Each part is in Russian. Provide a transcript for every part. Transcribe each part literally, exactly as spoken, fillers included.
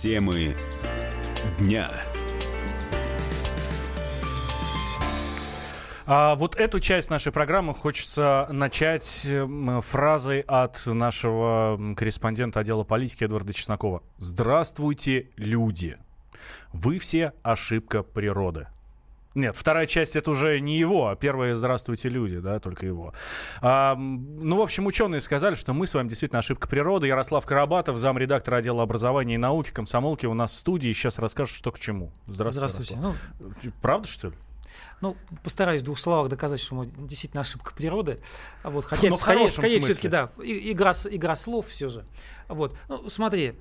Темы дня. А вот эту часть нашей программы хочется начать фразой от нашего корреспондента отдела политики Эдварда Чеснокова. «Здравствуйте, люди! Вы все ошибка природы». Нет, вторая часть — это уже не его, а первая — «Здравствуйте, люди», да, только его. А, ну, в общем, ученые сказали, что мы с вами действительно ошибка природы. Ярослав Карабатов, замредактора отдела образования и науки комсомолки, у нас в студии. Сейчас расскажет, что к чему. Здравствуйте, Здравствуйте. Ну, правда, что ли? Ну, постараюсь в двух словах доказать, что мы действительно ошибка природы. Вот, хотя Но это в скорее, хорошем скорее смысле. все-таки, да, и- игра, с- игра слов все же. Вот. Ну, смотри,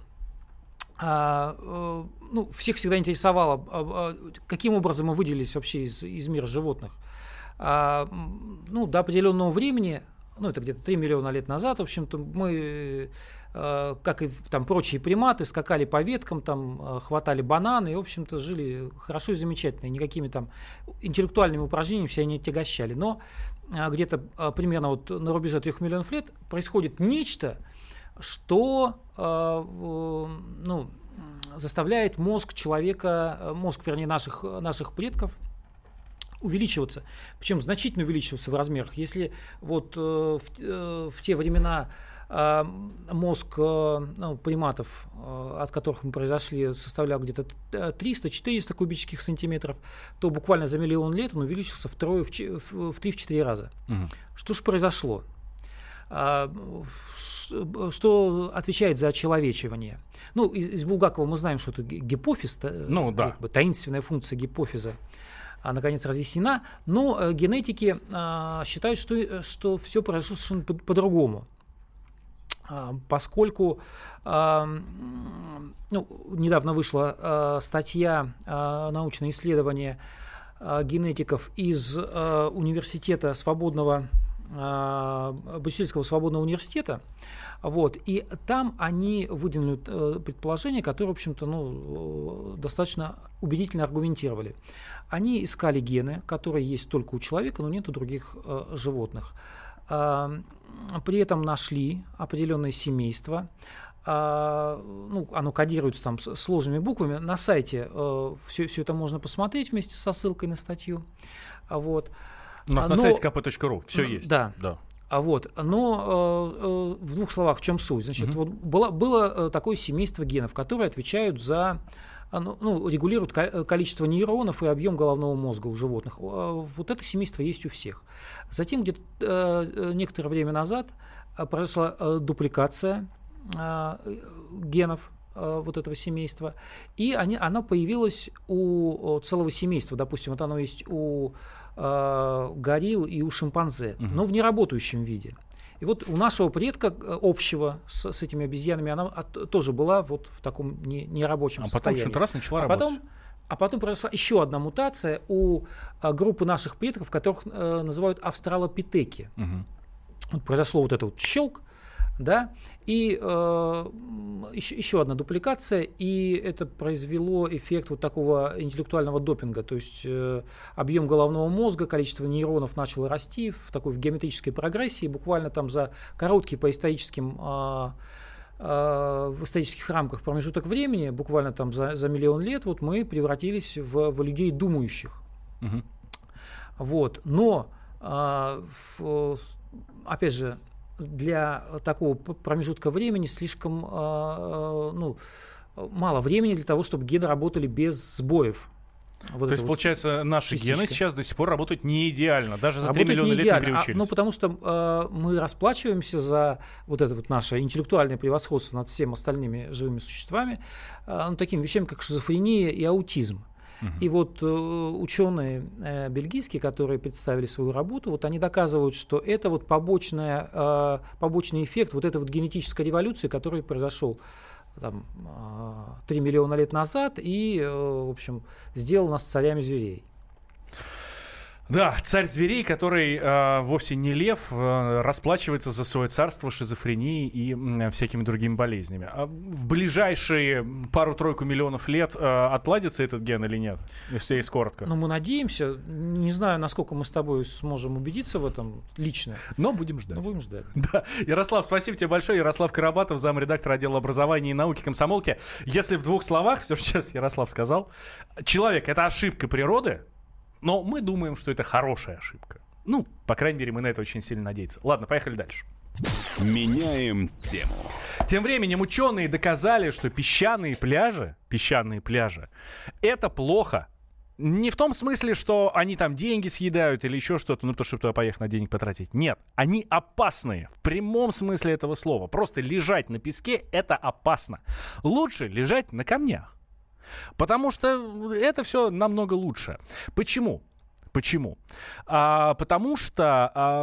а, э, ну, всех всегда интересовало, а, а, каким образом мы выделились вообще из, из мира животных. А, м, ну, до определенного времени, ну, это где-то три миллиона лет назад, в общем-то, мы, э, как и там прочие приматы, скакали по веткам, там, э, хватали бананы и, в общем-то, жили хорошо и замечательно, и никакими там интеллектуальными упражнениями себя не отягощали. Но э, где-то э, примерно вот на рубеже трех миллионов лет происходит нечто, что э, э, ну, заставляет мозг человека, э, мозг, вернее, наших, наших предков увеличиваться, причем значительно увеличиваться в размерах. Если вот э, в, э, в те времена э, мозг э, ну, приматов, э, от которых мы произошли, составлял где-то триста-четыреста кубических сантиметров, то буквально за миллион лет он увеличился втрое, в, че- в, в три-четыре раза. Угу. Что же произошло? А, что отвечает за очеловечивание? Ну, из, из Булгакова мы знаем, что это гипофиз, Ну, да. как бы таинственная функция гипофиза, а, наконец разъяснена, но э, генетики а, считают, что, что все произошло совершенно по- по-другому. А, поскольку а, м, ну, недавно вышла а, статья, а, научное исследование а, генетиков из а, университета свободного Брюссельского свободного университета, вот, и там они выдвинули э, предположение, которое, в общем-то, ну, достаточно убедительно аргументировали. Они искали гены, которые есть только у человека, но нет у других э, животных. А, при этом нашли определенное семейство. А, ну, оно кодируется там с сложными буквами. На сайте э, все, все это можно посмотреть вместе со ссылкой на статью. А, вот. У нас Но, на сайте ка пэ точка ру все ну, есть. Да. да. А вот, но э, э, в двух словах, в чем суть? Значит, Мгм. вот было, было э, такое семейство генов, которые отвечают за, а, ну, ну, регулируют ко- количество нейронов и объем головного мозга у животных. Э, Вот это семейство есть у всех. Затем где-то э, некоторое время назад э, произошла э, дупликация э, генов э, вот этого семейства, и они, она появилась у о, целого семейства. Допустим, вот оно есть у э, горилл и у шимпанзе, Мгм. но в неработающем виде. И вот у нашего предка э, общего с, с этими обезьянами она от- тоже была вот в таком не- нерабочем А потом состоянии. что-то раз начала А работать. потом, а потом произошла еще одна мутация у а, группы наших предков, которых э, называют австралопитеки. Мгм. Вот произошло вот это вот щелк, да, и э, еще, еще одна дупликация, и это произвело эффект вот такого интеллектуального допинга, то есть э, объем головного мозга, количество нейронов начало расти в такой в геометрической прогрессии, буквально там за короткий по историческим а, а, в исторических рамках промежуток времени, буквально там за, за миллион лет, вот мы превратились в, в людей думающих. Мгм. Вот. Но, а, в- опять же, для такого п- промежутка времени слишком а, а, ну, мало времени для того, чтобы гены работали без сбоев. Вот То это есть, вот получается, наши частичка. гены сейчас до сих пор работают не идеально. Даже за три работает миллиона не лет не идеально. А, приучились. ну, потому что а, мы расплачиваемся за вот это вот наше интеллектуальное превосходство над всеми остальными живыми существами а, ну, такими вещами, как шизофрения и аутизм. Мгм. И вот э, ученые э, бельгийские, которые представили свою работу, вот они доказывают, что это вот побочная, э, побочный эффект вот этой вот генетической революции, который произошел там, э, три миллиона лет назад и, э, в общем, сделал нас царями зверей. Да, царь зверей, который э, вовсе не лев, э, расплачивается за свое царство шизофренией и э, всякими другими болезнями. А в ближайшие пару-тройку миллионов лет э, отладится этот ген или нет? Если есть коротко. Ну, мы надеемся. Не знаю, насколько мы с тобой сможем убедиться в этом лично. Но будем ждать. Но будем ждать. Да. Ярослав, спасибо тебе большое. Ярослав Карабатов, замредактор отдела образования и науки комсомолки. Если в двух словах, все, что сейчас Ярослав сказал, человек — это ошибка природы, но мы думаем, что это хорошая ошибка. Ну, по крайней мере, мы на это очень сильно надеемся. Ладно, поехали дальше. Меняем тему. Тем временем ученые доказали, что песчаные пляжи, песчаные пляжи, это плохо. Не в том смысле, что они там деньги съедают или еще что-то, ну, то, чтобы туда поехать, на денег потратить. Нет, они опасные в прямом смысле этого слова. Просто лежать на песке — это опасно. Лучше лежать на камнях. Потому что это все намного лучше. Почему? Почему? А, потому что... А,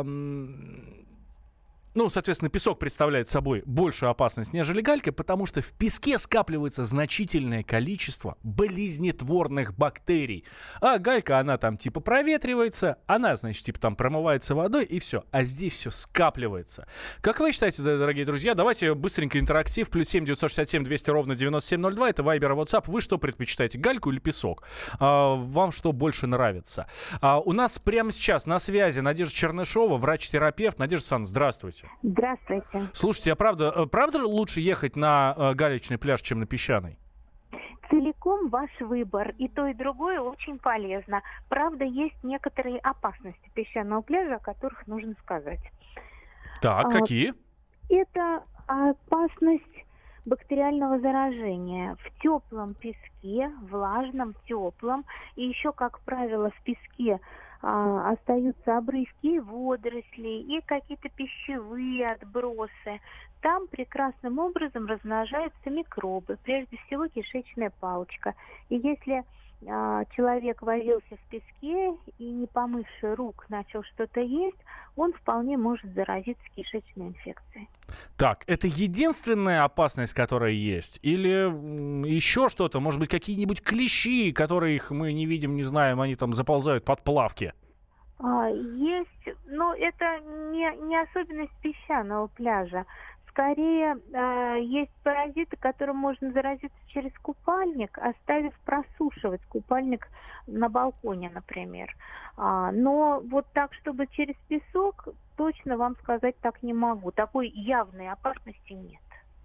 Ну, соответственно, песок представляет собой большую опасность, нежели галька, потому что в песке скапливается значительное количество болезнетворных бактерий. А галька, она там типа проветривается, она, значит, типа там промывается водой, и все. А здесь все скапливается. Как вы считаете, дорогие друзья? Давайте быстренько интерактив. Плюс семь девятьсот шестьдесят семь двести ровно девяносто семь ноль два. Это Вайбер и WhatsApp. Вы что предпочитаете, гальку или песок? А, вам что больше нравится? А, у нас прямо сейчас на связи Надежда Чернышова, врач-терапевт. Надежда Александровна, здравствуйте. Здравствуйте. Слушайте, а правда, правда лучше ехать на э, галечный пляж, чем на песчаный? Целиком ваш выбор. И то, и другое очень полезно. Правда, есть некоторые опасности песчаного пляжа, о которых нужно сказать. Так, а, какие? Это опасность бактериального заражения. В теплом песке, влажном, теплом, и еще, как правило, в песке а, остаются обрывки водорослей и какие-то пищевые отбросы. Там прекрасным образом размножаются микробы, прежде всего кишечная палочка. И если а, человек возился в песке и, не помывши рук, начал что-то есть, он вполне может заразиться кишечной инфекцией. Так, это единственная опасность, которая есть? Или м, еще что-то? Может быть, какие-нибудь клещи, которых мы не видим, не знаем, они там заползают под плавки? А, есть, но это не, не особенность песчаного пляжа. Скорее, э, есть паразиты, которым можно заразиться через купальник, оставив просушивать купальник на балконе, например. А, но вот так, чтобы через песок, точно вам сказать так не могу. Такой явной опасности нет.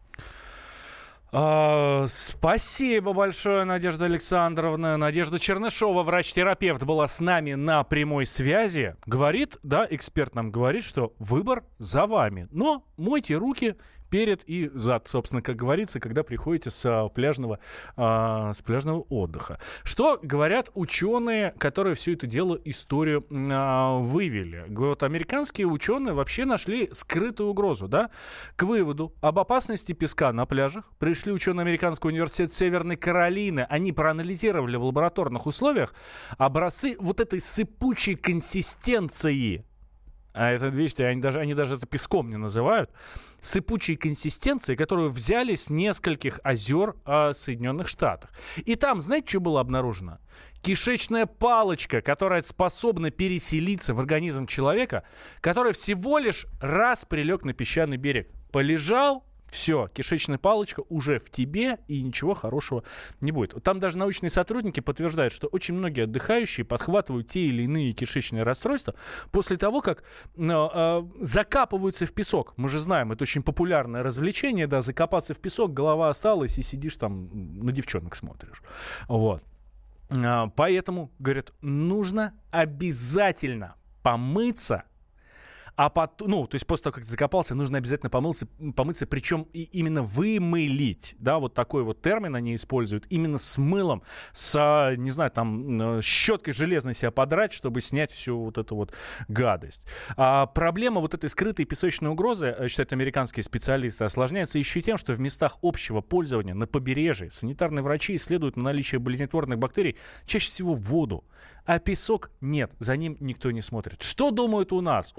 А, спасибо большое, Надежда Александровна. Надежда Чернышова, врач-терапевт, была с нами на прямой связи. Говорит, да, эксперт нам говорит, что выбор за вами. Но мойте руки перед и зад, собственно, как говорится, когда приходите с пляжного, а, с пляжного отдыха. Что говорят ученые, которые всю эту дело, историю а, вывели? Вот американские ученые вообще нашли скрытую угрозу, да? К выводу об опасности песка на пляжах пришли ученые Американского университета Северной Каролины. Они проанализировали в лабораторных условиях образцы вот этой сыпучей консистенции. А это, видите, они даже, они даже это песком не называют. Сыпучей консистенции, которую взяли с нескольких озер э, Соединенных Штатов. И там, знаете, что было обнаружено? Кишечная палочка, которая способна переселиться в организм человека, который всего лишь раз прилег на песчаный берег. Полежал, все, кишечная палочка уже в тебе, и ничего хорошего не будет. Там даже научные сотрудники подтверждают, что очень многие отдыхающие подхватывают те или иные кишечные расстройства после того, как э, э, закапываются в песок. Мы же знаем, это очень популярное развлечение, да, закопаться в песок, голова осталась, и сидишь там, на девчонок смотришь. Вот. Э, поэтому, говорят, нужно обязательно помыться. А потом, ну, то есть после того, как ты закопался, нужно обязательно помыться, помыться, причем и именно вымылить, да, вот такой вот термин они используют, именно с мылом, с, не знаю, там, щеткой железной себя подрать, чтобы снять всю вот эту вот гадость. А проблема вот этой скрытой песочной угрозы, считают американские специалисты, осложняется еще и тем, что в местах общего пользования на побережье санитарные врачи исследуют на наличие болезнетворных бактерий чаще всего воду, а песок нет, за ним никто не смотрит. Что думают у нас? У нас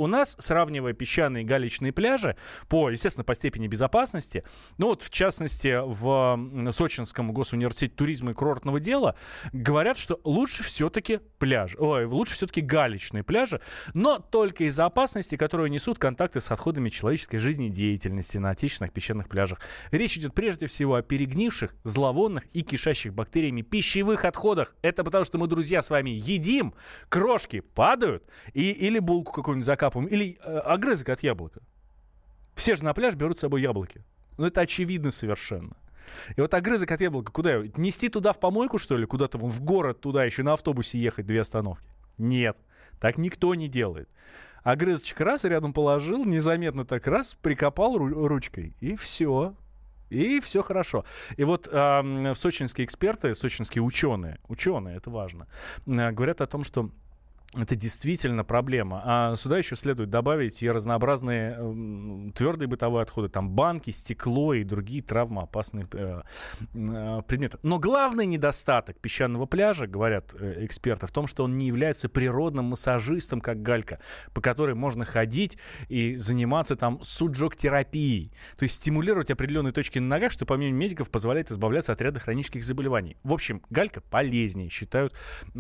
сравнивая песчаные и галечные пляжи, по, естественно, по степени безопасности, ну вот в частности в Сочинском госуниверситете туризма и курортного дела говорят, что лучше все-таки пляж, ой, лучше все-таки галечные пляжи, но только из-за опасности, которую несут контакты с отходами человеческой жизнедеятельности на отечественных песчаных пляжах. Речь идет прежде всего о перегнивших, зловонных и кишащих бактериями пищевых отходах. Это потому, что мы, друзья, с вами едим, крошки падают, и, или булку какую-нибудь закапываем, или э, огрызок от яблока. Все же на пляж берут с собой яблоки. Ну, это очевидно совершенно. И вот огрызок от яблока куда? Нести туда в помойку, что ли? Куда-то вон в город туда еще на автобусе ехать две остановки? Нет, так никто не делает. Огрызочек раз рядом положил, незаметно так раз, прикопал ру- ручкой, и все. И все хорошо. И вот э, сочинские эксперты, сочинские ученые, ученые, это важно, э, говорят о том, что это действительно проблема. А сюда еще следует добавить и разнообразные э, твердые бытовые отходы. Там банки, стекло и другие травмоопасные э, э, предметы. Но главный недостаток песчаного пляжа, говорят э, эксперты, в том, что он не является природным массажистом, как галька, по которой можно ходить и заниматься там суджок-терапией. То есть стимулировать определенные точки на ногах, что, по мнению медиков, позволяет избавляться от ряда хронических заболеваний. В общем, галька полезнее, считают,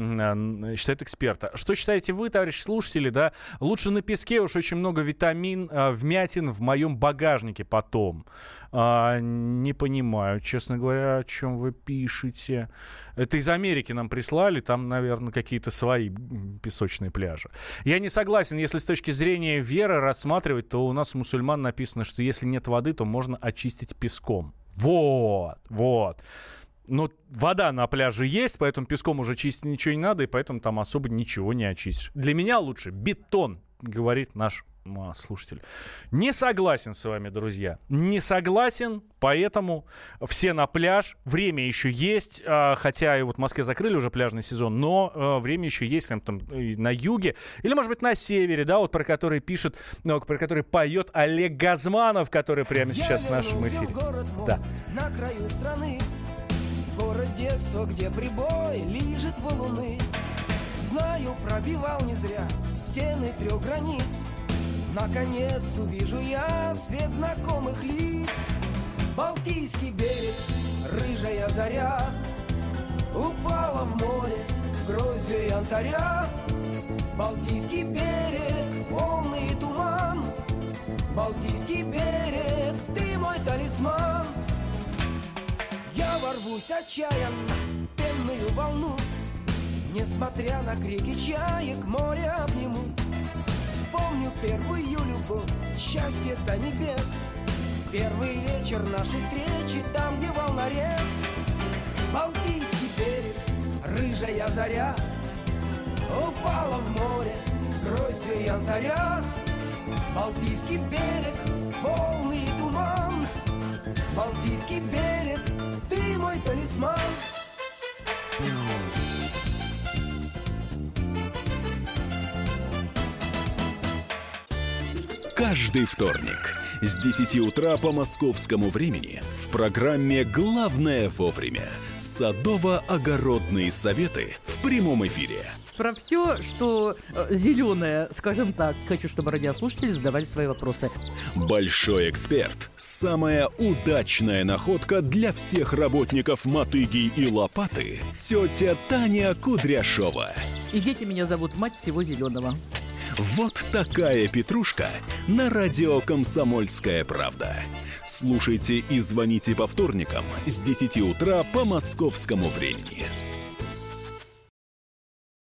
э, считают эксперты. Что считаете вы, товарищи слушатели, да? Лучше на песке, уж очень много витамин, э, вмятин в моем багажнике потом. А, не понимаю, честно говоря, о чем вы пишете. Это из Америки нам прислали, там, наверное, какие-то свои песочные пляжи. Я не согласен, если с точки зрения веры рассматривать, то у нас у мусульман написано, что если нет воды, то можно очистить песком. Вот, вот. Но вода на пляже есть, поэтому песком уже чистить ничего не надо, и поэтому там особо ничего не очистишь. Для меня лучше бетон, говорит наш а, слушатель. Не согласен с вами, друзья. Не согласен, поэтому все на пляж. Время еще есть, а, хотя и вот в Москве закрыли уже пляжный сезон, но а, время еще есть там, там на юге, или, может быть, на севере, да, вот про который пишет, ну, про который поет Олег Газманов, который прямо сейчас в нашем эфире. Да. На краю страны. Город детства, где прибой лижет валуны. Знаю, пробивал не зря стены трех границ. Наконец увижу я свет знакомых лиц. Балтийский берег, рыжая заря упала в море грозью янтаря. Балтийский берег, полный туман. Балтийский берег, ты мой талисман. Я ворвусь отчаянно в пенную волну. Несмотря на крики чаек, море обниму. Вспомню первую любовь, счастье до небес. Первый вечер нашей встречи, там, где волнорез. Балтийский берег, рыжая заря упала в море гроздью янтаря. Балтийский берег, полный туман. Балтийский берег, ты мой талисман. Каждый вторник с десяти утра по московскому времени в программе «Главное вовремя» садово-огородные советы в прямом эфире. Про все, что э, зеленое, скажем так, хочу, чтобы радиослушатели задавали свои вопросы. Большой эксперт. Самая удачная находка для всех работников мотыги и лопаты. Тетя Таня Кудряшова. И дети меня зовут мать всего зеленого. Вот такая петрушка на радио «Комсомольская правда». Слушайте и звоните по вторникам с десяти утра по московскому времени.